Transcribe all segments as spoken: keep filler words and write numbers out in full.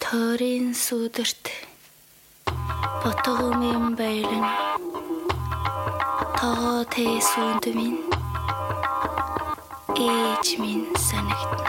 Тойрын сүдэрт ботгомын байлан тоо тэсүнд минь ээж минь санагдна.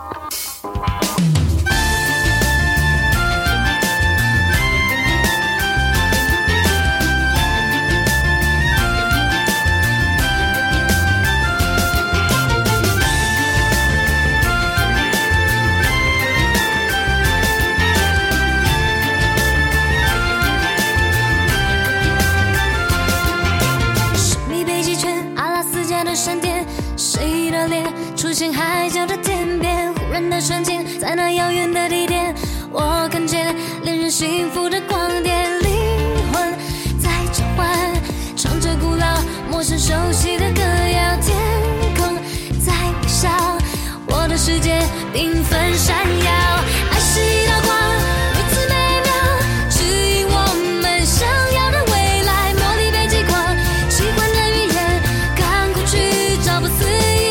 海角的天边，忽然的瞬间，在那遥远的地点，我看见恋人幸福的光点，灵魂在召唤，唱着古老陌生熟悉的歌谣，天空在微笑，我的世界缤纷闪耀，爱是一道光，如此美妙，指引我们想要的未来，茉莉被击垮，喜欢的语言，赶快去找不思议。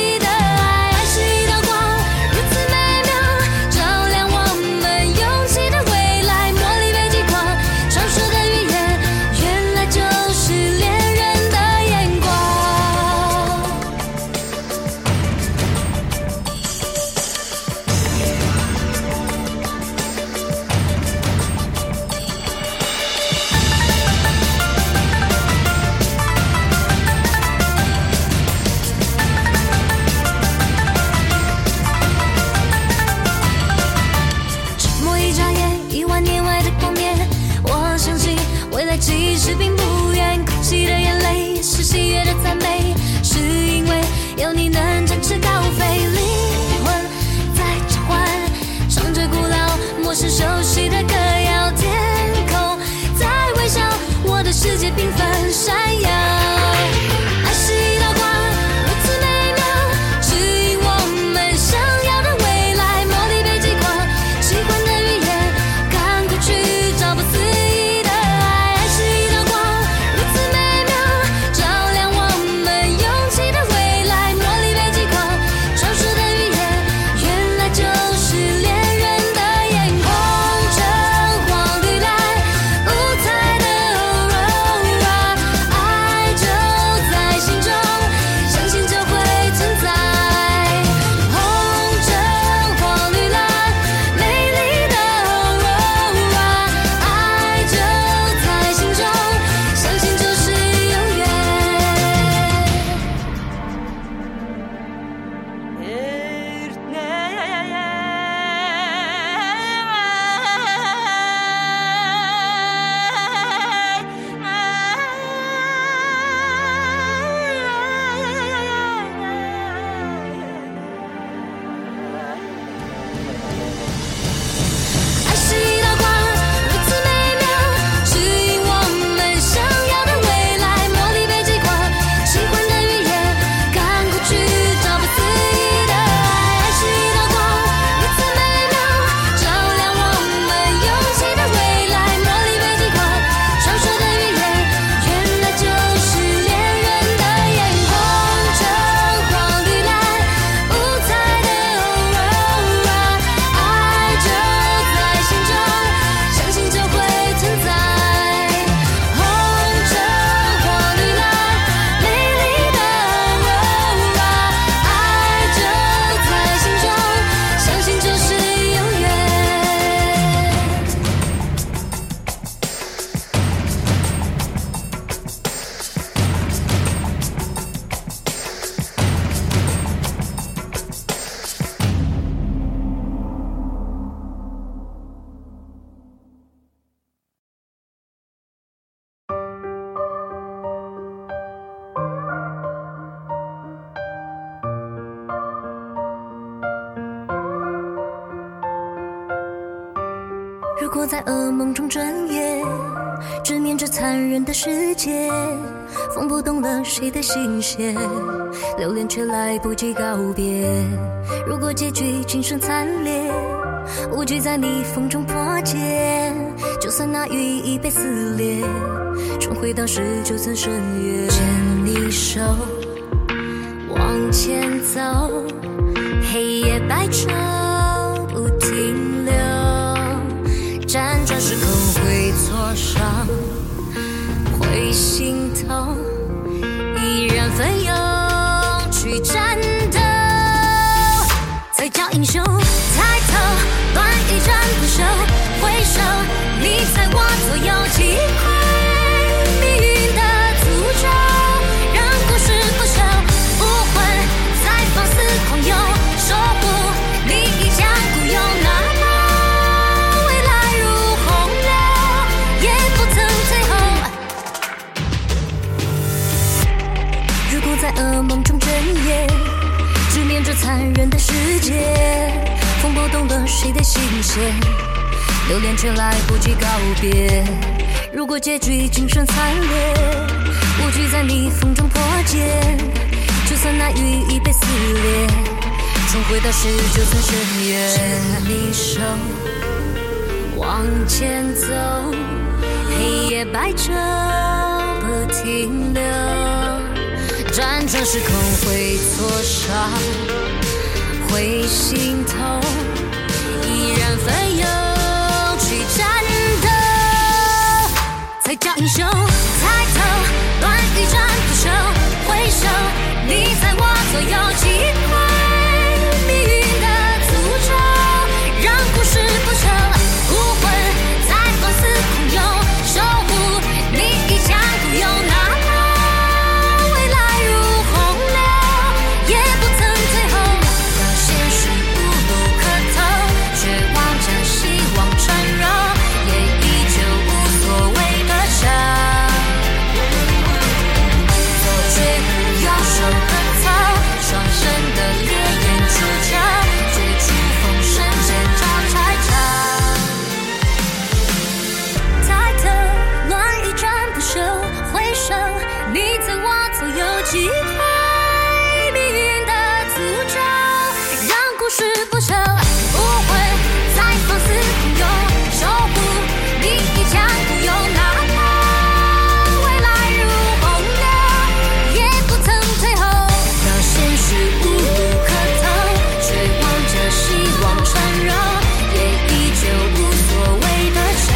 其实并不远，哭泣的眼泪是喜悦的赞美，是因为有你能展翅高飞，灵魂在召唤，唱着古老陌生熟悉的歌谣，天空在微笑，我的世界缤纷闪耀，爱是一道光，如此美妙，指引我们想要的未来，茉莉被击垮，喜欢的语言，赶快去找不思议。如果在噩梦中转夜，直面这残忍的世界，风不动了谁的心弦，留恋却来不及告别。如果结局今生惨烈，无惧在逆风中破茧，就算那羽翼被撕裂，重回当时就曾深渊。牵你手往前走，黑夜白昼不停留， 伤，会心痛，依然奋勇去战斗，才叫英雄。抬头，乱一战不休，回首，你在我左右，击溃命运的诅咒，让故事不朽，无魂在放肆狂游，守护你一腔孤勇，哪怕未来如洪流，也不曾退后。如果在噩梦中睁眼，直面这残忍的世界，风波动了谁的心弦，留恋却来不及告别。如果结局精神惨烈，无惧在逆风中破茧，就算那羽翼被撕裂，重回到十九寸深渊。牵你手往前走，黑夜白昼不停留，辗转时空会挫伤，会心痛，依然奋勇去战斗，才叫英雄。抬头，乱一战不休，回首，你在我左右，击溃命运的诅咒，让故事不朽，无魂在放肆狂游，守护你一腔孤勇，哪怕未来如洪流，也不曾退后。当现实无路可逃，绝望着希望缠绕，也依旧无所谓的唱。左追右手的草，双生的烈焰出鞘，绝处逢生剑招拆场。抬头，乱一战不休，回首，你在我左右，击溃命运的诅咒，让故事不朽，无魂在放肆狂游，守护你一腔孤勇，哪怕未来如洪流，也不曾退后。当现实无路可逃，绝望着希望缠绕，也依旧无所谓的唱。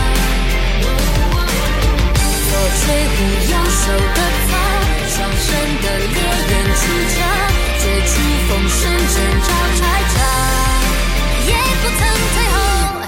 左吹胡右手的草，双生的烈焰出鞘，绝处逢生剑招拆场，也不曾退后。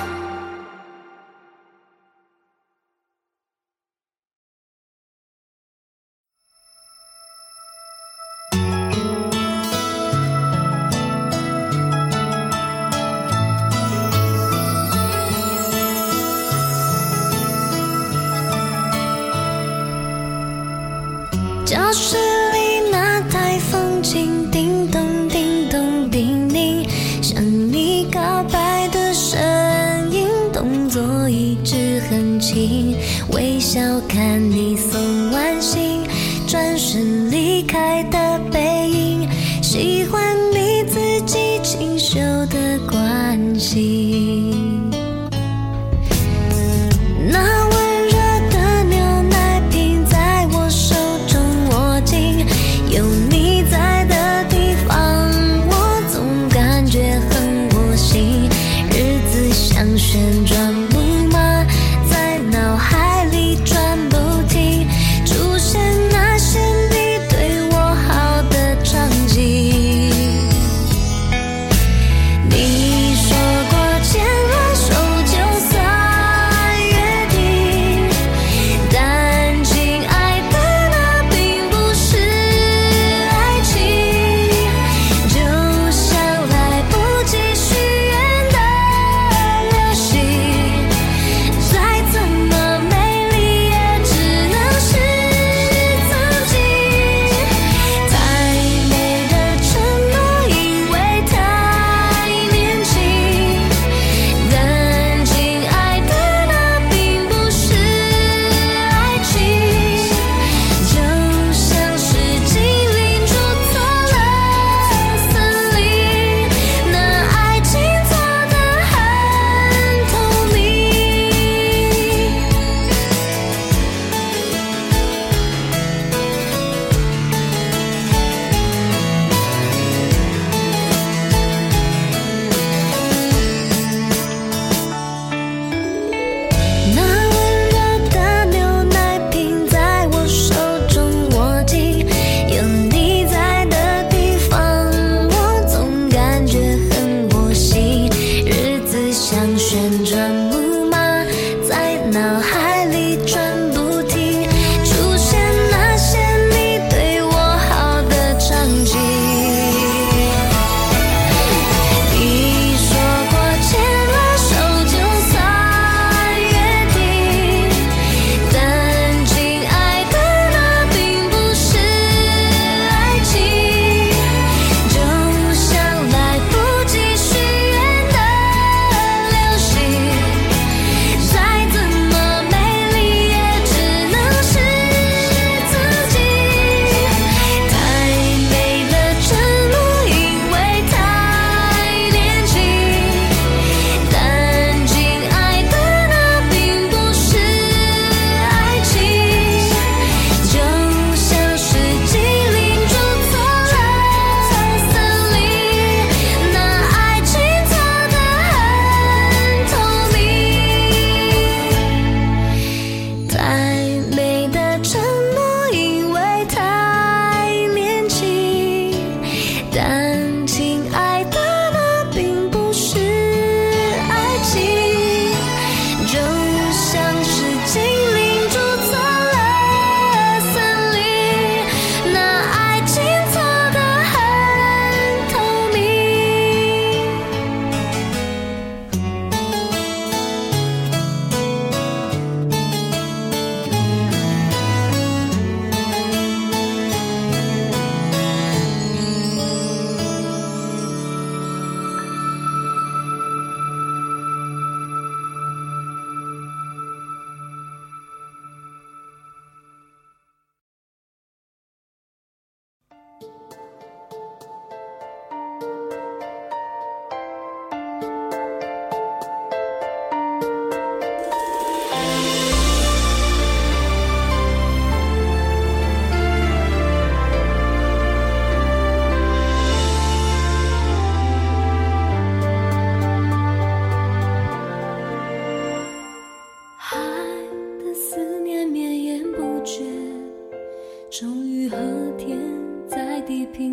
教室里那台风琴，叮咚叮咚叮咛，向你告白的声音，动作一直很轻，微笑看你送完信，转身离开的背影，喜欢你自己清秀的关心。那温热的牛奶瓶在我手中握紧，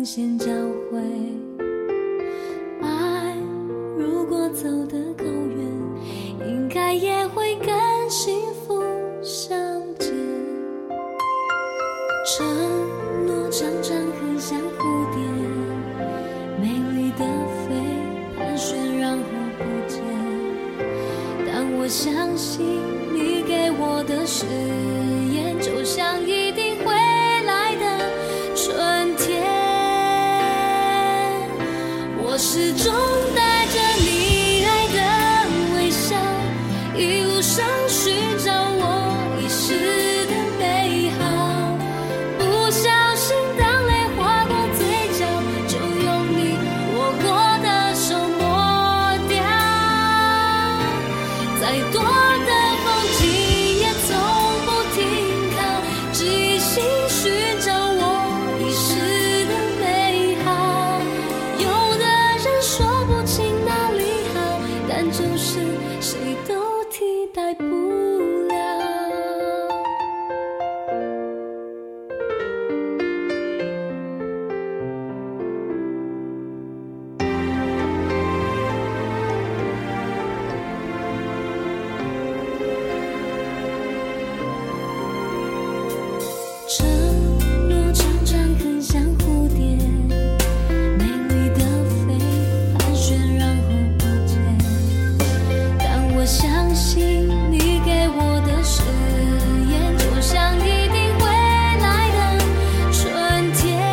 明显教会，爱如果走得够远，应该也会跟幸福相见。承诺常常很像蝴蝶，美丽的飞，盘旋然后不见。但我相信你给我的誓言，就像一定会来的春天。我始终带着你爱的微笑，一路上寻找我遗失的美好。不小心当泪划过嘴角，就用你握过的手抹掉。再多的风景也从不停靠，只一心寻找我遗失的美好。有的人说不清哪里好，但就是谁都替代不了。承诺常常很像蝴蝶，美丽的飞，盘旋然后不见。但我相信你给我的誓言，就像一定会来的春天。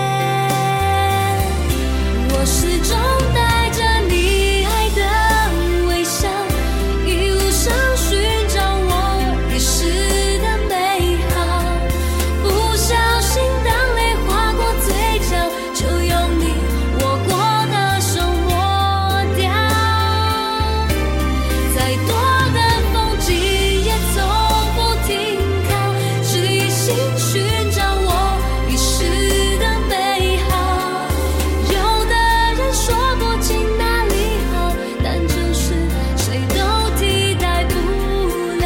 我始终带着你爱的微笑，一路上寻找我遗失的美好。不小心当泪划过嘴角，就用你握过的手抹掉。再多的风景也从不停靠，只一心寻找我遗失的美好。有的人说不清哪里好，但就是谁都替代不了。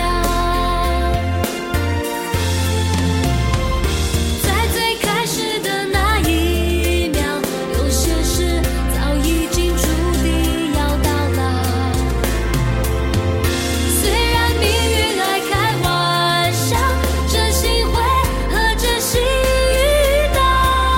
在最开始的那一秒，有些事早已经注定要到老。虽然命运爱开玩笑，真心会和真心遇到。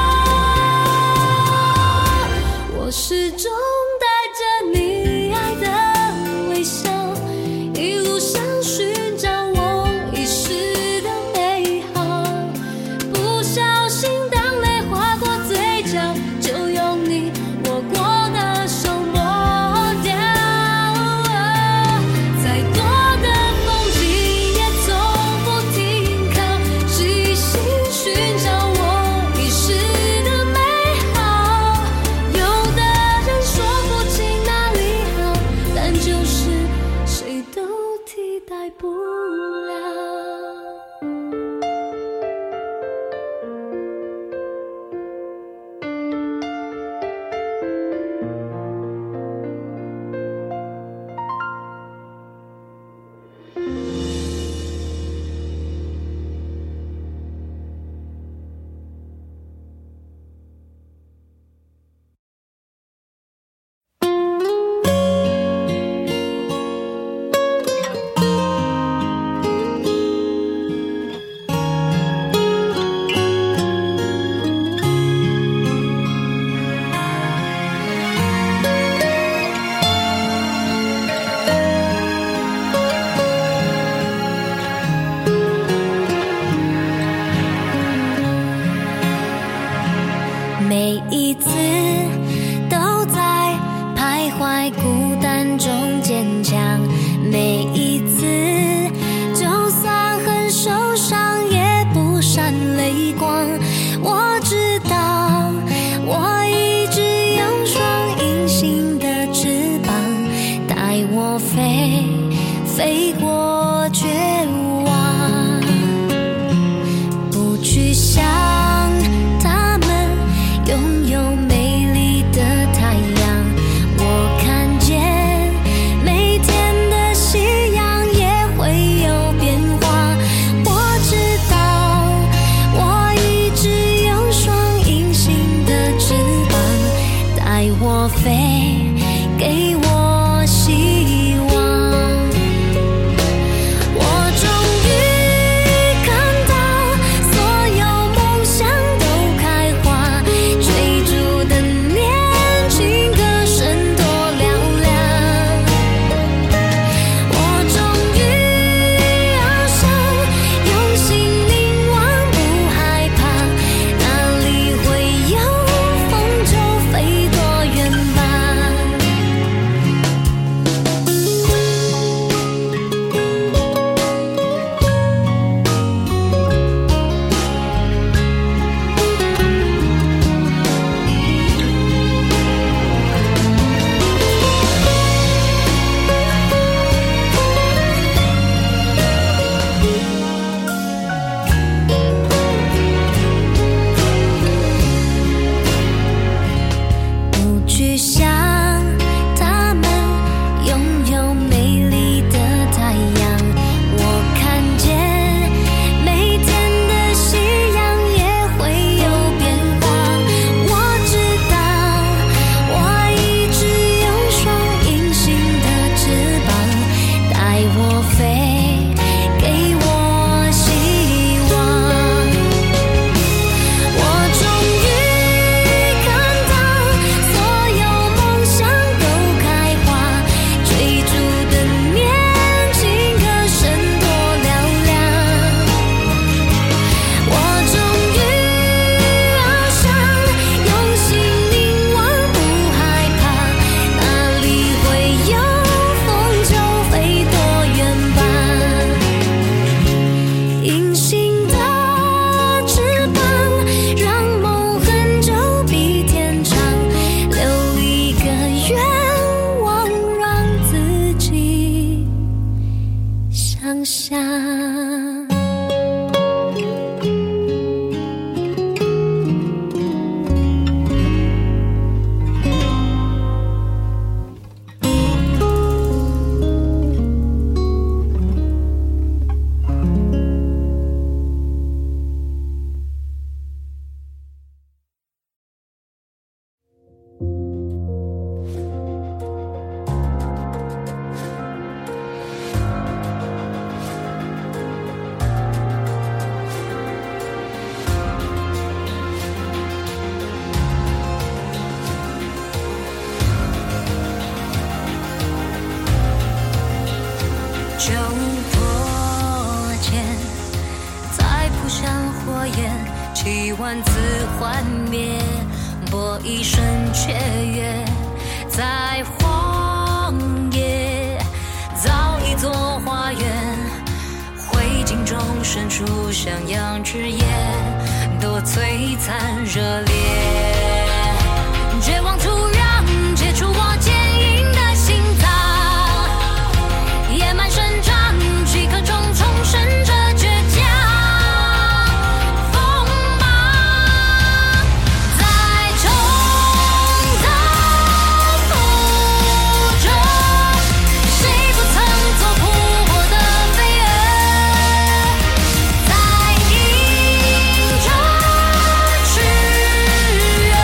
我始终带着你爱的微笑，一路上寻找我遗失的美好。不小心当泪划过嘴角，就用你握过的手抹掉。再多的风景也从不停靠，只一心寻找我遗失的美好。有的人说不清哪里好，但就是谁都替代不了。每一次都在徘徊孤单中坚强，每一次就算很受伤也不闪泪光。我知道我一直有双隐形的翅膀，带我飞，飞过绝望。不去想他们拥有美丽的太阳，我看见每天的夕阳也会有变化。我知道我一直有双隐形的翅我飞，给我希望。我终于看到所有梦想都开花，追逐的年轻歌声多嘹亮。我终于翱翔，用心凝望，不害怕，哪里会有风就飞多远吧。隐形的翅膀，让梦很久比天长，留一个愿望，让自己想象。就破茧，再扑向火焰，七万次幻灭，博一生雀跃，在荒野造一座花园，灰烬中伸出像样枝叶，多璀璨热烈。绝望突然解除我坚硬的心脏，野蛮生长，躯壳中重生着倔强。锋芒在冲的途中，谁不曾做扑火的飞蛾，在迎着炽热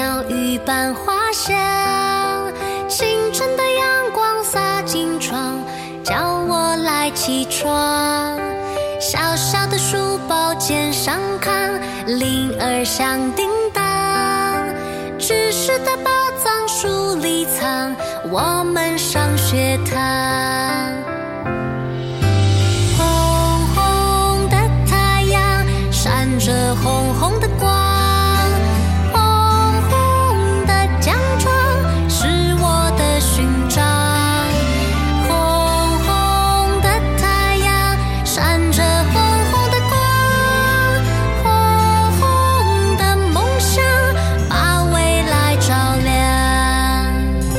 鸟语般花香，清晨的阳光洒进窗，叫我来起床。小小的书包肩上扛，铃儿响叮当，知识的宝藏书里藏，我们上学堂。红红的太阳闪着红红的光，红红的奖状是我的勋章。红红的太阳闪着红红的光，红红的梦想把未来照亮。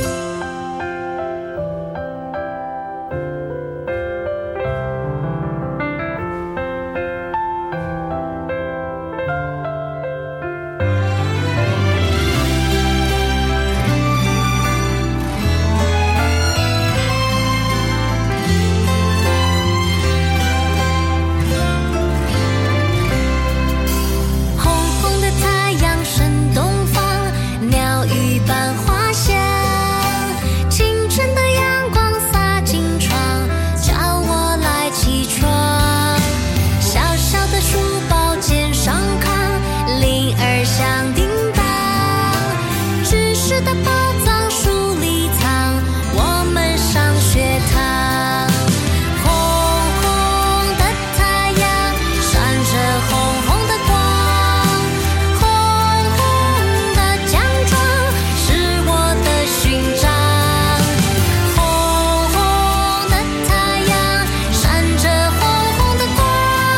红红的太阳升东方，鸟语般花香，清晨的阳光洒进窗，叫我来起床。小小的书包肩上扛，铃儿响叮当，知识的宝藏书里藏，我们上学堂。红红的太阳闪着红红的光，红红的奖状是我的勋章。红红的太阳闪着红红的光，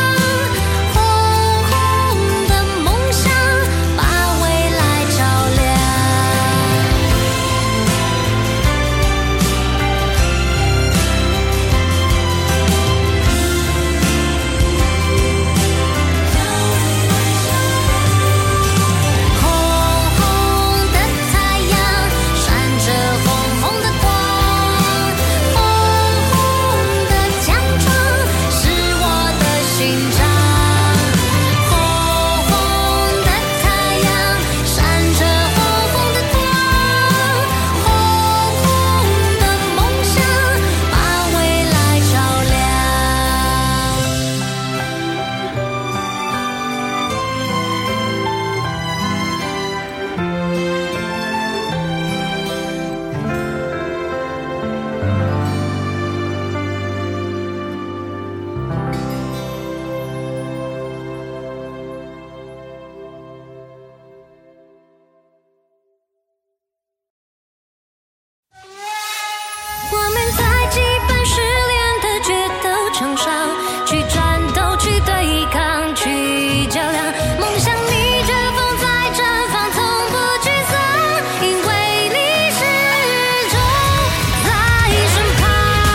红红的梦想把未来照亮。红红的太阳闪着红红的光，红红的奖状是我的勋章。红红的太阳闪着红红的光，红红的梦想把未来照亮。我们在几番失恋的决斗场上，去战斗，去对抗，去较量。梦想逆着风在绽放，从不沮丧，因为你始终在身旁。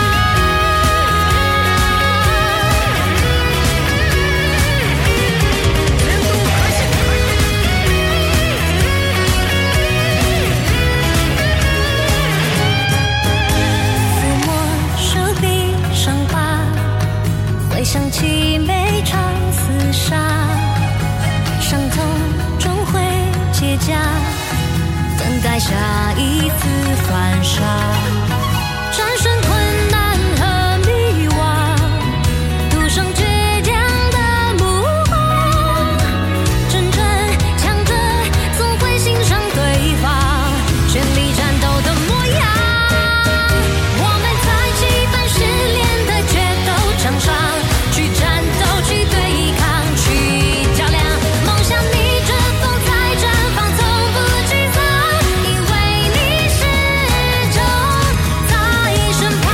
抚摸手臂伤疤，回想起每场厮杀，伤痛终会结痂，等待下一次反杀。战胜困难和迷惘，赌上倔强的目光，真正强者总会欣赏对方全力战斗的模样。我们在几番失恋的决斗场上，去战斗，去对抗，去较量。梦想逆着风在绽放，从不沮丧，因为你始终在身旁。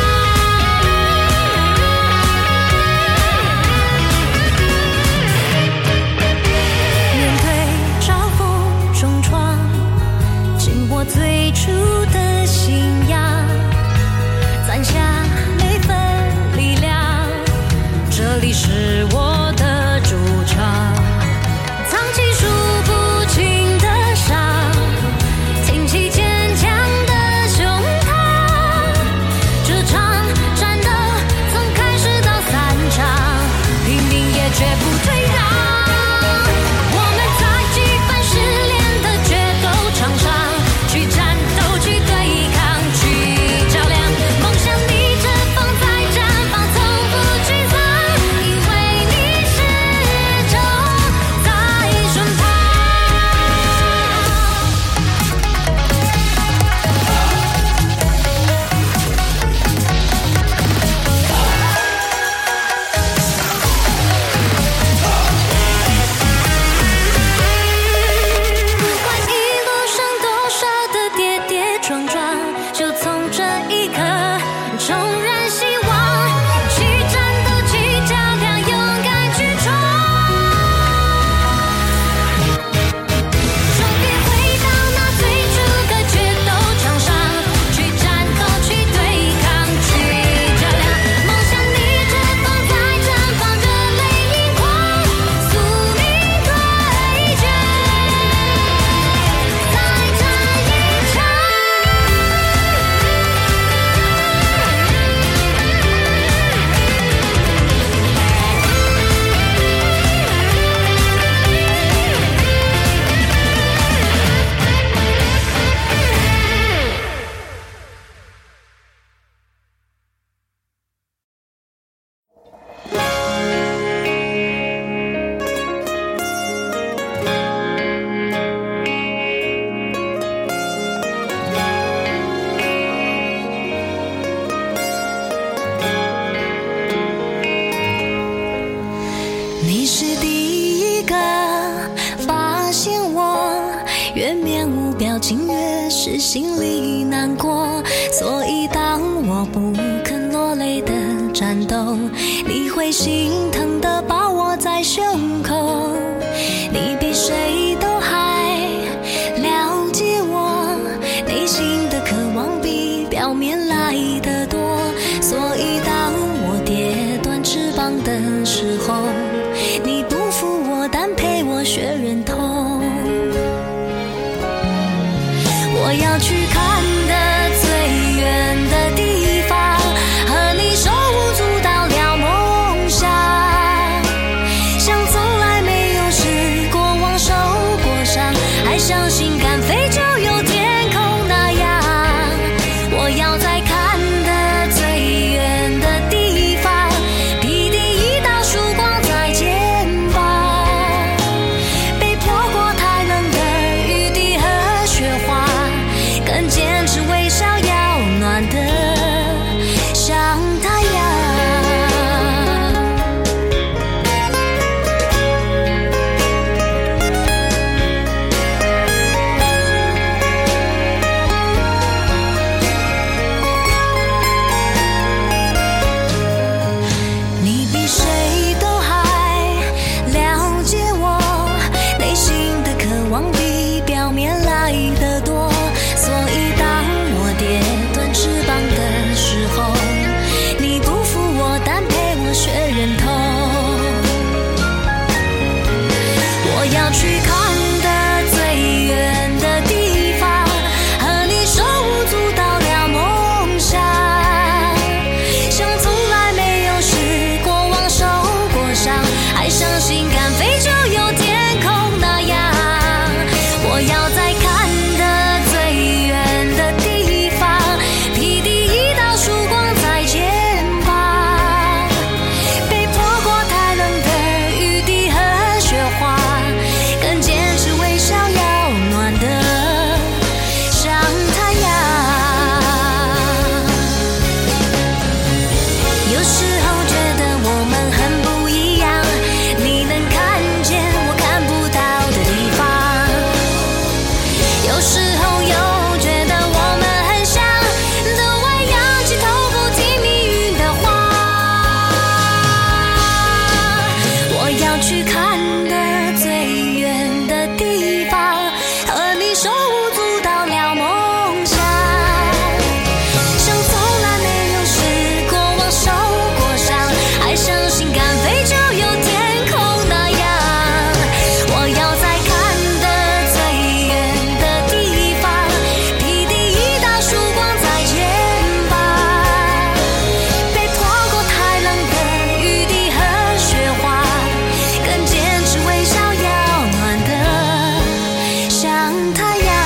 面对嘲讽重创，紧握最初的信仰，攒下每份力量，这里是我的主场。藏起数不清的伤，挺起坚强的胸膛，这场战斗从开始到散场，拼命也绝不退让。我们在几番失恋的决斗场上， 表情越是心里难过。所以当我不肯落泪的颤抖，你会心疼的把我在胸口。你比谁都还了解我内心的渴望，比表面来得多。所以当我跌断翅膀的时候，你不负我，但陪我学忍痛。我要去看的最远的地方，和你手舞足蹈聊梦想，像从来没有试过往受过伤，还相信敢飞就有天空那样。我要在看的最远的地方，披第一道曙光在肩膀，被泼过太冷的雨滴和雪花，更坚持微笑要暖的像太阳。你比谁都还了解我内心的渴望，比表面来得多。所以当我跌断翅膀的时候，你不负我，但陪我学忍痛。我要去看的最远的地方，和你手舞足蹈聊梦想，像从来没有试过往受过伤，还相信敢飞就有天空那样。我要在看的最远的地方，披第一道曙光在肩膀，被泼过太冷的雨滴和雪花，更坚持微笑要暖的像太阳。有时候觉得我们很不一样，你能看见我看不到的地方。有时候又觉得我们很像，都爱仰起头不听命运的话。我要去看的最远的地方，和你手舞足蹈聊梦想，像从来没有试过往受过伤，还相信敢飞就有天空那样。我要在看的最远的地方，披第一道曙光在肩膀，被泼过太冷的雨滴和雪花，更坚持微笑要暖的像太阳。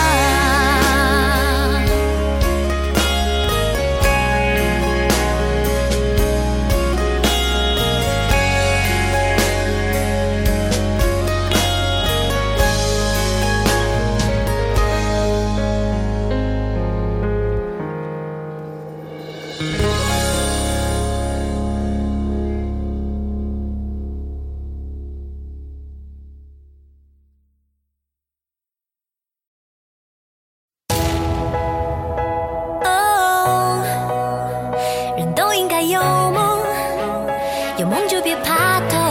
哦，人都应该有梦，有梦就别怕痛。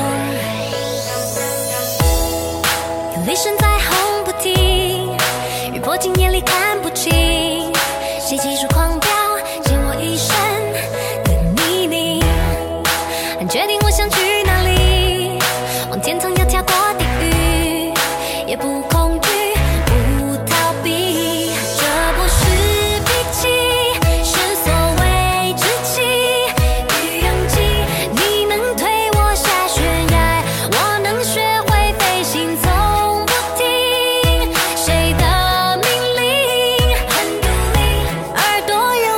有雷声在轰不停，雨泼进眼里看不清，谁急速狂飙，溅我一身的泥泞。很决定我想去哪里，往天堂要跳过地狱，也不恐惧，不逃避。这不是脾气，是所谓志气与勇气。你能推我下悬崖，我能学会飞行，从不听谁的命令。很独立，耳朵有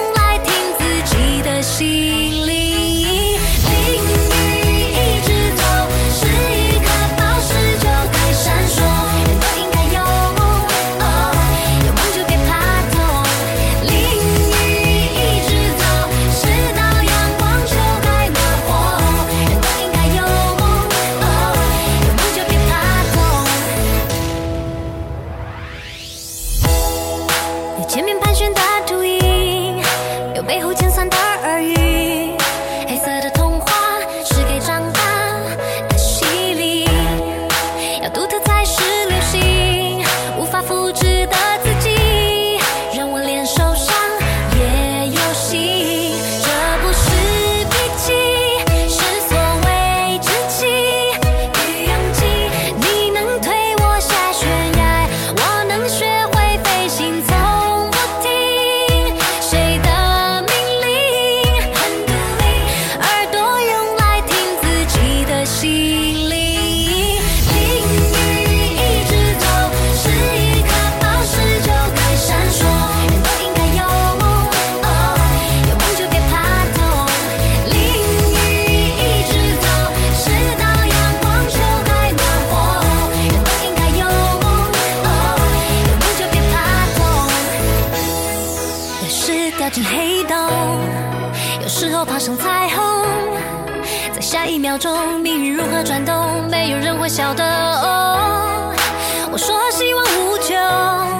前面盘旋的秃鹰，有背后尖酸的耳语。黑色的童话是给长大的洗礼，要独特才是流行，无法复制的自己，让我连受伤也有戏。这不是脾气，是所谓志气与勇气。你能推我下悬崖，我能学会飞行，从不听谁的命令。很独立，耳朵用来听自己的心灵。淋雨一直走，是一颗宝石就该闪烁。人都应该有梦，哦，有梦就别怕痛。淋雨一直走，直到阳光就该暖和。人都应该有梦，哦，有梦就别怕痛。有时掉进黑洞，有时候爬上彩虹，在下一秒钟，命运如何转动，没有人会晓得。哦，我说希望无穷。